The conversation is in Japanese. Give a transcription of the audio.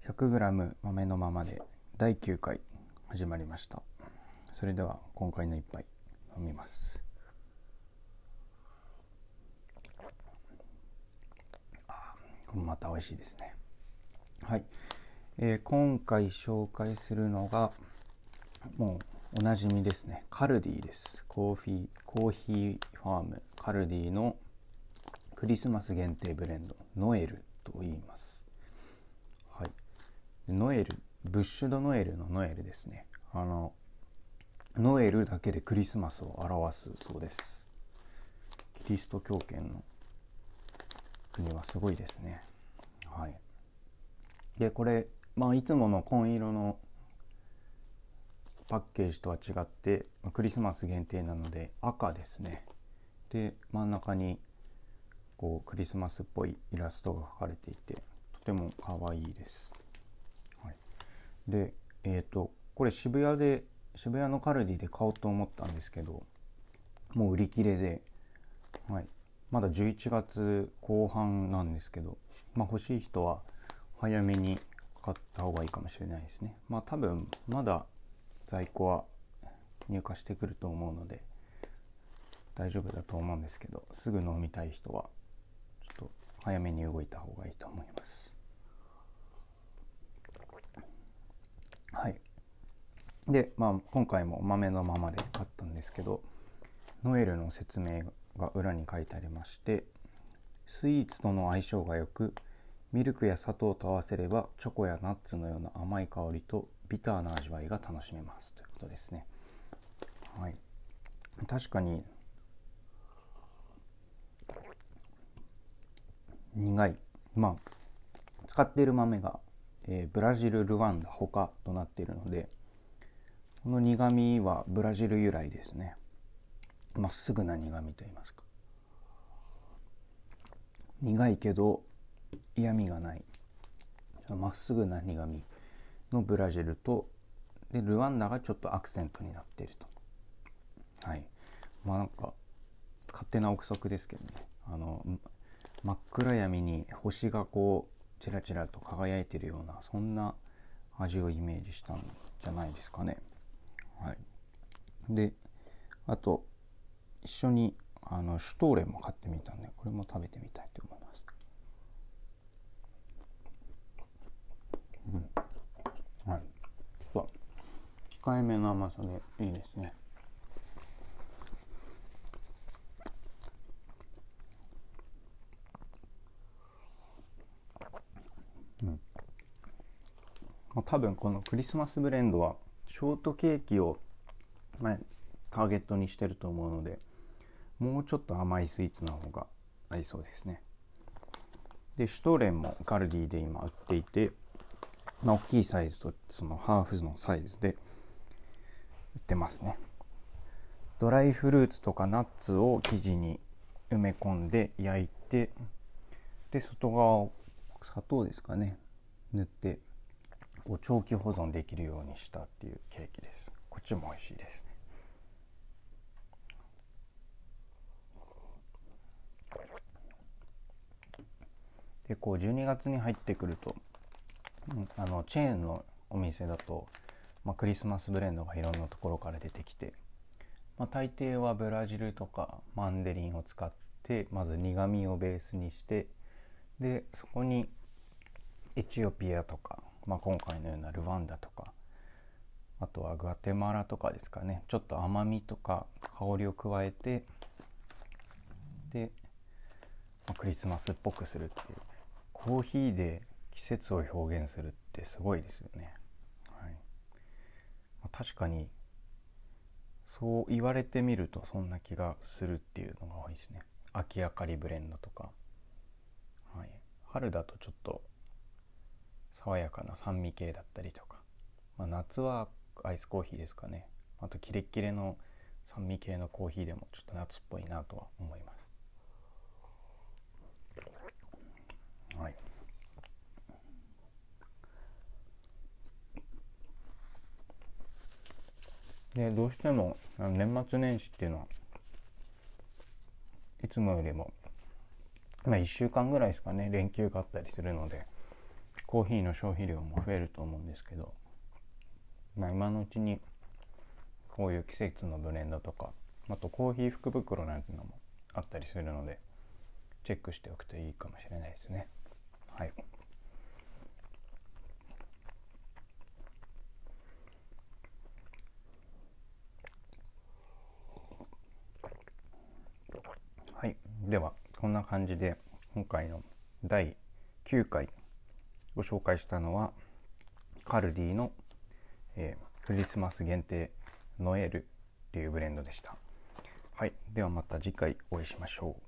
100g 豆のままで第9回始まりました。それでは今回の一杯飲みます。これまた美味しいですね。はい、今回紹介するのがもうおなじみですね。カルディです。コーヒーファームカルディのクリスマス限定ブレンドノエルと言います。はい、ノエル、ブッシュドノエルのノエルですね。ノエルだけでクリスマスを表すそうです。キリスト教圏の国はすごいですね。はい。でこれ、いつもの紺色のパッケージとは違ってクリスマス限定なので赤ですね。で真ん中にこうクリスマスっぽいイラストが描かれていてとても可愛いです。はい、でこれ渋谷のカルディで買おうと思ったんですけどもう売り切れで、はい、まだ11月後半なんですけど、欲しい人は早めに買った方がいいかもしれないですね。多分まだ在庫は入荷してくると思うので大丈夫だと思うんですけど、すぐ飲みたい人はちょっと早めに動いた方がいいと思います。はい。で、今回も豆のままで買ったんですけど、ノエルの説明が裏に書いてありまして、スイーツとの相性が良く、ミルクや砂糖と合わせればチョコやナッツのような甘い香りとビターな味わいが楽しめますということですね。はい。確かに苦い。使っている豆が、ブラジル、ルワンダ、他となっているので、この苦味はブラジル由来ですね。まっすぐな苦味と言いますか。苦いけど嫌味がない、まっすぐな苦味のブラジルと、でルワンダがちょっとアクセントになっていると。はい。なんか勝手な憶測ですけどね、真っ暗闇に星がこうチラチラと輝いているような、そんな味をイメージしたんじゃないですかね。はい。であと一緒にシュトーレンも買ってみたんで、これも食べてみたいと思います。はい。ちょっと控えめな甘さでいいですね。多分このクリスマスブレンドはショートケーキを、ターゲットにしてると思うので、もうちょっと甘いスイーツの方が合いそうですね。でシュトーレンもカルディで今売っていて、大きいサイズとそのハーフのサイズで売ってますね。ドライフルーツとかナッツを生地に埋め込んで焼いて、で外側を砂糖ですかね塗ってこう長期保存できるようにしたっていうケーキです。こっちも美味しいですね。でこう12月に入ってくると、チェーンのお店だと、クリスマスブレンドがいろんなところから出てきて、大抵はブラジルとかマンデリンを使ってまず苦味をベースにして、でそこにエチオピアとか、今回のようなルワンダとか、あとはグアテマラとかですかね、ちょっと甘みとか香りを加えて、で、クリスマスっぽくするっていう、コーヒーで季節を表現するってすごいですよね。はい。確かにそう言われてみるとそんな気がするっていうのが多いですね。秋あかりブレンドとか、はい、春だとちょっと爽やかな酸味系だったりとか、夏はアイスコーヒーですかね。あとキレッキレの酸味系のコーヒーでもちょっと夏っぽいなとは思います。はい。でどうしても年末年始っていうのはいつもよりも1週間ぐらいですかね連休があったりするので、 コーヒーの消費量も増えると思うんですけど、今のうちにこういう季節のブレンドとか、あとコーヒー福袋なんていうのもあったりするので、チェックしておくといいかもしれないですね。はい。はい、ではこんな感じで今回の第9回ご紹介したのはカルディの、クリスマス限定ノエルっていうブレンドでした。はい、ではまた次回お会いしましょう。